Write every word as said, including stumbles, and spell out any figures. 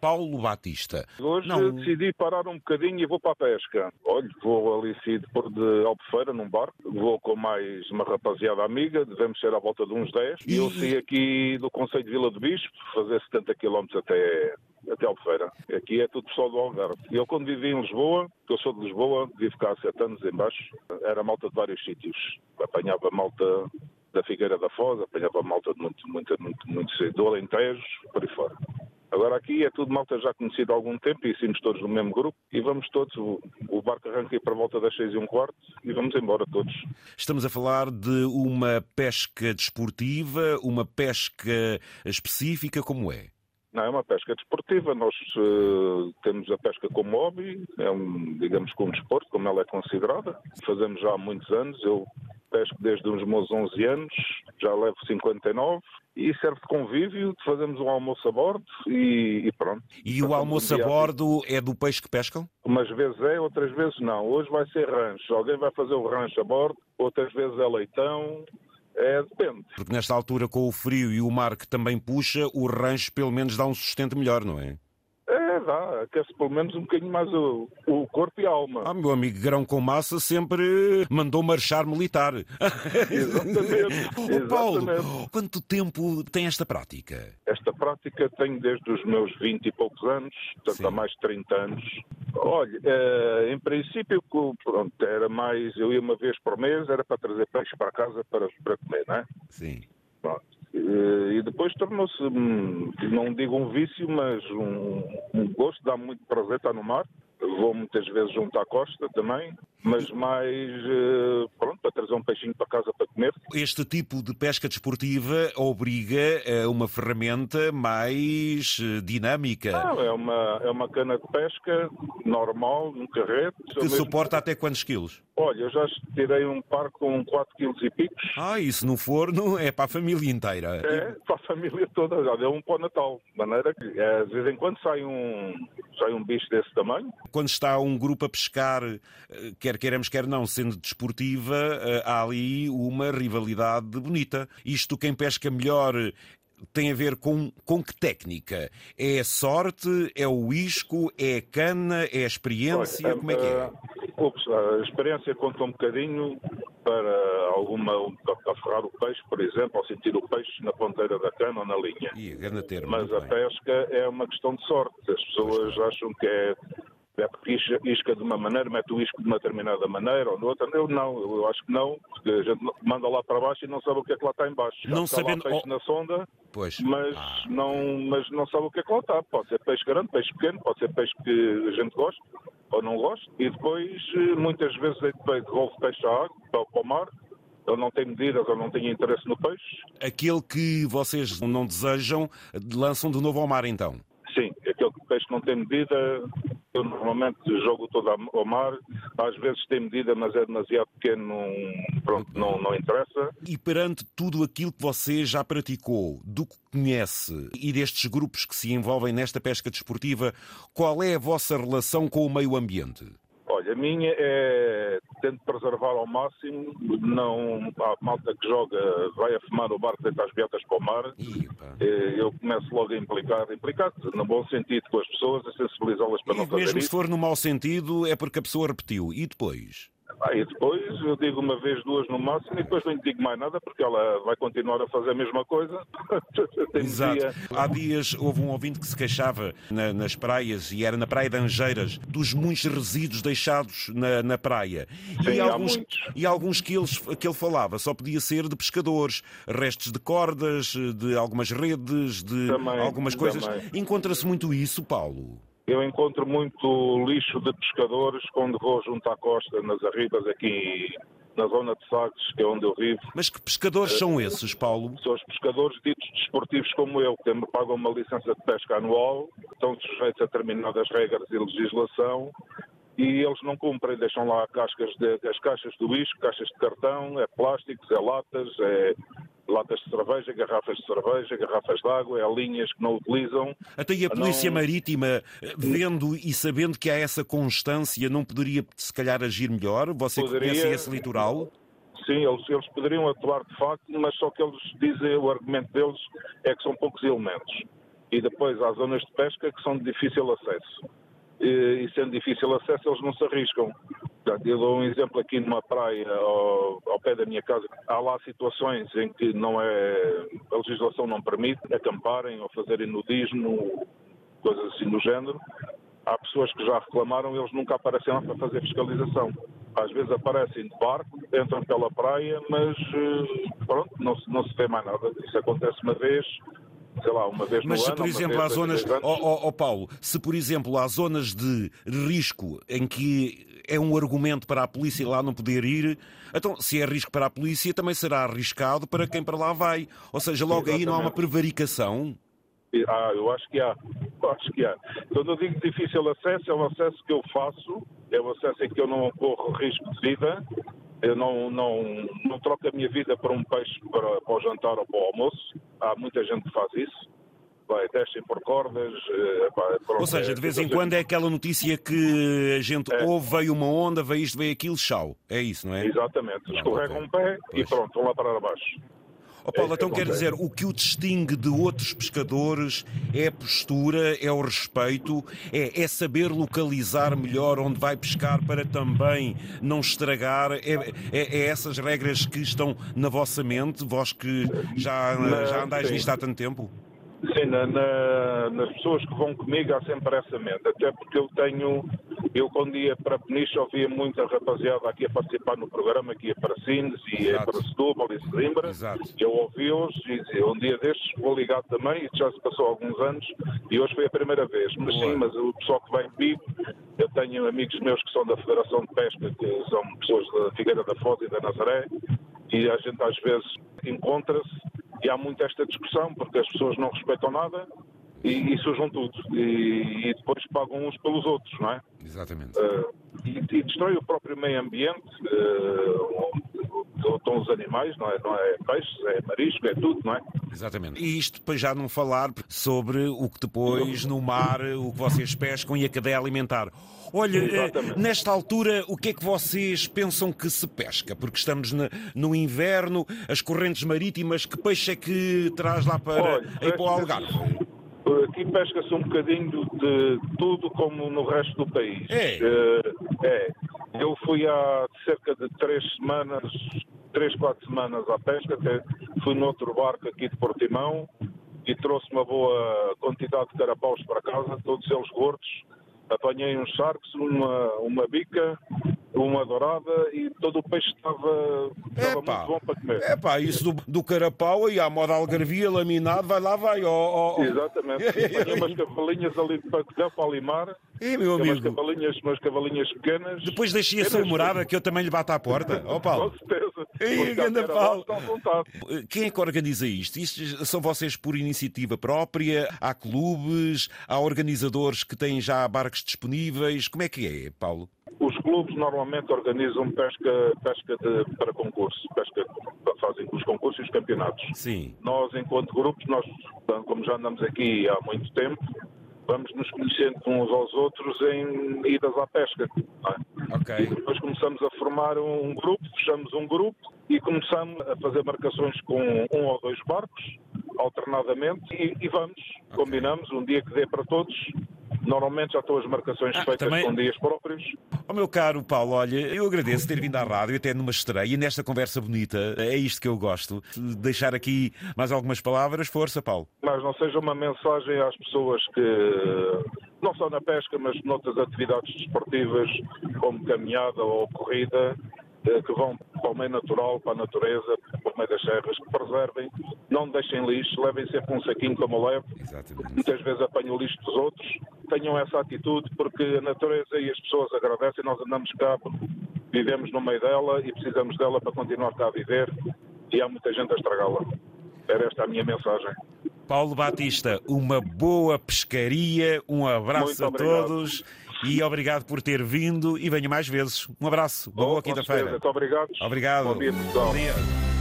Paulo Batista. Hoje Não... decidi parar um bocadinho e vou para a pesca. Olha, vou ali sim de Albufeira num barco, vou com mais uma rapaziada amiga, devemos ser à volta de uns dez. E eu saí aqui do concelho de Vila do Bispo, fazer setenta quilómetros até, até Albufeira. Aqui é tudo pessoal do Algarve. Eu quando vivi em Lisboa, que eu sou de Lisboa, vivo cá há sete anos em baixo, era malta de vários sítios. Apanhava malta da Figueira da Foz, apanhava malta de muito, muito, muito, muito, do Alentejo, por aí fora. Agora aqui é tudo malta já conhecida há algum tempo e saímos todos no mesmo grupo e vamos todos, o, o barco arranca aí para volta das seis e um quarto e vamos embora todos. Estamos a falar de uma pesca desportiva, uma pesca específica, como é? Não, é uma pesca desportiva, nós uh, temos a pesca como hobby, é um, digamos, como desporto, como ela é considerada. Fazemos já há muitos anos, eu pesco desde os meus onze anos, já levo cinquenta e nove e serve de convívio, fazemos um almoço a bordo e, e pronto. E o almoço a bordo é do peixe que pescam? Umas vezes é, outras vezes não. Hoje vai ser rancho, alguém vai fazer o rancho a bordo, outras vezes é leitão. É, depende. Porque nesta altura, com o frio e o mar que também puxa, o rancho pelo menos dá um sustento melhor, não é? É, dá. Aquece pelo menos um bocadinho mais o, o corpo e a alma. Ah, meu amigo Grão com Massa sempre mandou marchar militar. Exatamente. Oh, Paulo, quanto tempo tem esta prática? Esta prática tenho desde os meus vinte e poucos anos, portanto Sim. há mais de trinta anos. Olha, em princípio, pronto, era mais, eu ia uma vez por mês, era para trazer peixe para casa para, para comer, não é? Sim. Pronto. E depois tornou-se, não digo um vício, mas um, um gosto, dá muito prazer estar no mar. Vou muitas vezes junto à costa também, mas mais, pronto, para trazer um peixinho para casa para comer. Este tipo de pesca desportiva obriga a uma ferramenta mais dinâmica. Não, é uma, é uma cana de pesca normal, num carrete. Que suporta até quantos quilos? Olha, eu já tirei um par com quatro quilos e picos. Ah, isso no forno é para a família inteira. É, para a família toda, já deu um para o Natal. De maneira que, é, de vez em quando, sai um, sai um bicho desse tamanho. Quando está um grupo a pescar, quer queiramos, quer não, sendo desportiva, há ali uma rivalidade bonita. Isto, quem pesca melhor, tem a ver com, com que técnica? É a sorte? É o isco? É a cana? É a experiência? Olha, como é que é? Ups, a experiência conta um bocadinho para alguma, para aferrar o peixe, por exemplo, ou sentir o peixe na ponteira da cana ou na linha. Ih, grande termo, mas a bem. pesca é uma questão de sorte. As pessoas acham que é, é porque isca de uma maneira, mete o isco de uma determinada maneira ou de outra. Eu não, eu acho que não, porque a gente manda lá para baixo e não sabe o que é que lá está em baixo. Não está sabendo... lá peixe oh... na sonda, pois. mas, ah. não, mas não sabe o que é que lá está. Pode ser peixe grande, peixe pequeno, pode ser peixe que a gente gosta ou não gosta. E depois, muitas vezes, devolve peixe à água, para o mar. Ele não tem medidas ou não tem interesse no peixe. Aquele que vocês não desejam, lançam de novo ao mar, então? Sim, aquele peixe que não tem medida, eu normalmente jogo todo ao mar. Às vezes tem medida, mas é demasiado pequeno, não, pronto, não, não interessa. E perante tudo aquilo que você já praticou, do que conhece e destes grupos que se envolvem nesta pesca desportiva, qual é a vossa relação com o meio ambiente? Olha, a minha é tento preservar ao máximo, não há malta que joga, vai a fumar o barco, deita as beatas para o mar. Ipa. Eu começo logo a implicar, implicar no bom sentido com as pessoas, a sensibilizá-las para E não fazer mesmo isso. se for no mau sentido, é porque a pessoa repetiu. E depois? Ah, e depois eu digo uma vez, duas no máximo, e depois não digo mais nada, porque ela vai continuar a fazer a mesma coisa. Exato. Dia... Há dias houve um ouvinte que se queixava na, nas praias, e era na praia de Angeiras, dos muitos resíduos deixados na, na praia. Sim, e, há alguns, muitos. e alguns que, eles, que ele falava só podia ser de pescadores, restos de cordas, de algumas redes, de Também, algumas coisas. também. Encontra-se muito isso, Paulo? Eu encontro muito lixo de pescadores quando vou junto à costa, nas arribas, aqui na zona de Sagres, que é onde eu vivo. Mas que pescadores são esses, Paulo? São os pescadores ditos desportivos como eu, que me pagam uma licença de pesca anual, estão sujeitos a determinadas regras e legislação, e eles não cumprem, deixam lá cascas de, as caixas do lixo, caixas de cartão, é plásticos, é latas, é latas de cerveja, garrafas de cerveja, garrafas de água, é linhas que não utilizam. Até e a Polícia não... Marítima, vendo e sabendo que há essa constância, não poderia, se calhar, agir melhor? Você Poderia... conhece esse litoral? Sim, eles, eles poderiam atuar de facto, mas só que eles dizem, o argumento deles é que são poucos elementos. e depois há zonas de pesca que são de difícil acesso. E, e sendo de difícil acesso, eles não se arriscam. Portanto, eu dou um exemplo aqui numa praia ao, ao pé da minha casa. Há lá situações em que não é, a legislação não permite acamparem ou fazerem nudismo, coisas assim do género. Há pessoas que já reclamaram, eles nunca aparecem lá para fazer fiscalização. Às vezes aparecem de barco, entram pela praia, mas pronto, não se, não se vê mais nada. Isso acontece uma vez, sei lá, uma vez no Mas se, ano, por exemplo, uma há vez, zonas... Ó oh, oh, oh, Paulo, se, por exemplo, há zonas de risco em que é um argumento para a polícia lá não poder ir, então, se é risco para a polícia, também será arriscado para quem para lá vai. Ou seja, logo Exatamente. aí não há uma prevaricação. Ah, eu acho que há. Eu acho que há. Quando eu digo difícil acesso, é um acesso que eu faço, é um acesso em que eu não corro risco de vida, eu não, não, não troco a minha vida por um peixe para, para o jantar ou para o almoço. Há muita gente que faz isso. Vai, descem por cordas. Pá, pronto, ou seja, de vez em quando é aquela notícia que a gente é. ouve, veio uma onda, veio isto, veio aquilo, chau. É isso, não é? Exatamente. Escorregam um pé pois. E pronto, vão lá para baixo. Oh, Paulo, é então quer dizer, o que o distingue de outros pescadores é a postura, é o respeito, é, é saber localizar melhor onde vai pescar para também não estragar, é, é, é essas regras que estão na vossa mente, vós que já, já andais nisto há tanto tempo? Sim, na, na, nas pessoas que vão comigo há sempre essa mente, até porque eu tenho, eu quando ia para Peniche ouvia muita rapaziada aqui a participar no programa, que ia para Sines e ia para Setúbal e Sesimbra, eu ouvi-os e dizia, um dia destes vou ligar também, isso já se passou há alguns anos e hoje foi a primeira vez, mas Boa. Sim, mas o pessoal que vem comigo, eu tenho amigos meus que são da Federação de Pesca, que são pessoas da Figueira da Foz e da Nazaré, e a gente às vezes encontra-se e há muito esta discussão, porque as pessoas não respeitam nada e, e sujam tudo. E, e depois pagam uns pelos outros, não é? Exatamente. Uh, e, e destrói o próprio meio ambiente, uh, onde estão os animais, não é? Não é peixes, é marisco, é tudo, não é? Exatamente. E isto depois já não falar sobre o que depois no mar, o que vocês pescam e a cadeia alimentar. Olha, Exatamente. Nesta altura, o que é que vocês pensam que se pesca? Porque estamos na, no inverno, as correntes marítimas, que peixe é que traz lá para, Olha, aí para o Algarve? Aqui pesca-se um bocadinho de tudo como no resto do país. É? Uh, é. Eu fui há cerca de três semanas, três, quatro semanas à pesca, até fui noutro barco aqui de Portimão e trouxe uma boa quantidade de carapaus para casa, todos eles gordos. Apanhei uns charcos, uma, uma bica, uma dourada e todo o peixe estava, estava muito bom para comer. É pá, isso do, do carapau aí à moda algarvia, laminado, vai lá, vai. Oh, oh. Exatamente. Apanhei umas cavalinhas ali para, para alimar. E, meu amigo? Umas cavalinhas, umas cavalinhas pequenas. Depois deixei a sua morada que eu também lhe bato à porta. Ó, oh, Paulo. Com certeza. Ei, grande Paulo. Lá, quem é que organiza isto? Isto são vocês por iniciativa própria? Há clubes? Há organizadores que têm já barcos disponíveis? Como é que é, Paulo? Os clubes normalmente organizam pesca, pesca de, para concurso, pesca, fazem os concursos e os campeonatos. Sim. Nós, enquanto grupos, nós, como já andamos aqui há muito tempo, vamos nos conhecendo uns aos outros em idas à pesca. Não é? Okay. E depois começamos a formar um grupo, fechamos um grupo e começamos a fazer marcações com um ou dois barcos, alternadamente, e, e vamos, okay. Combinamos, um dia que dê para todos. Normalmente já estão as marcações ah, feitas também... com dias próprios. Oh, meu caro Paulo, olha, eu agradeço ter vindo à rádio, até numa estreia, nesta conversa bonita. É isto que eu gosto. De deixar aqui mais algumas palavras. Força, Paulo. Mas não seja uma mensagem às pessoas que, não só na pesca, mas noutras atividades desportivas, como caminhada ou corrida, que vão para o meio natural, para a natureza, para o meio das serras, que preservem, não deixem lixo, levem sempre um saquinho como eu levo. Exatamente. Muitas vezes apanho o lixo dos outros. Tenham essa atitude porque a natureza e as pessoas agradecem, nós andamos cá, vivemos no meio dela e precisamos dela para continuar cá a viver e há muita gente a estragá-la. Era esta a minha mensagem. Paulo Batista, uma boa pescaria, um abraço a todos. E obrigado por ter vindo e venha mais vezes. Um abraço. Boa, boa quinta-feira. Muito obrigado. Obrigado. Bom dia, pessoal. Bom dia.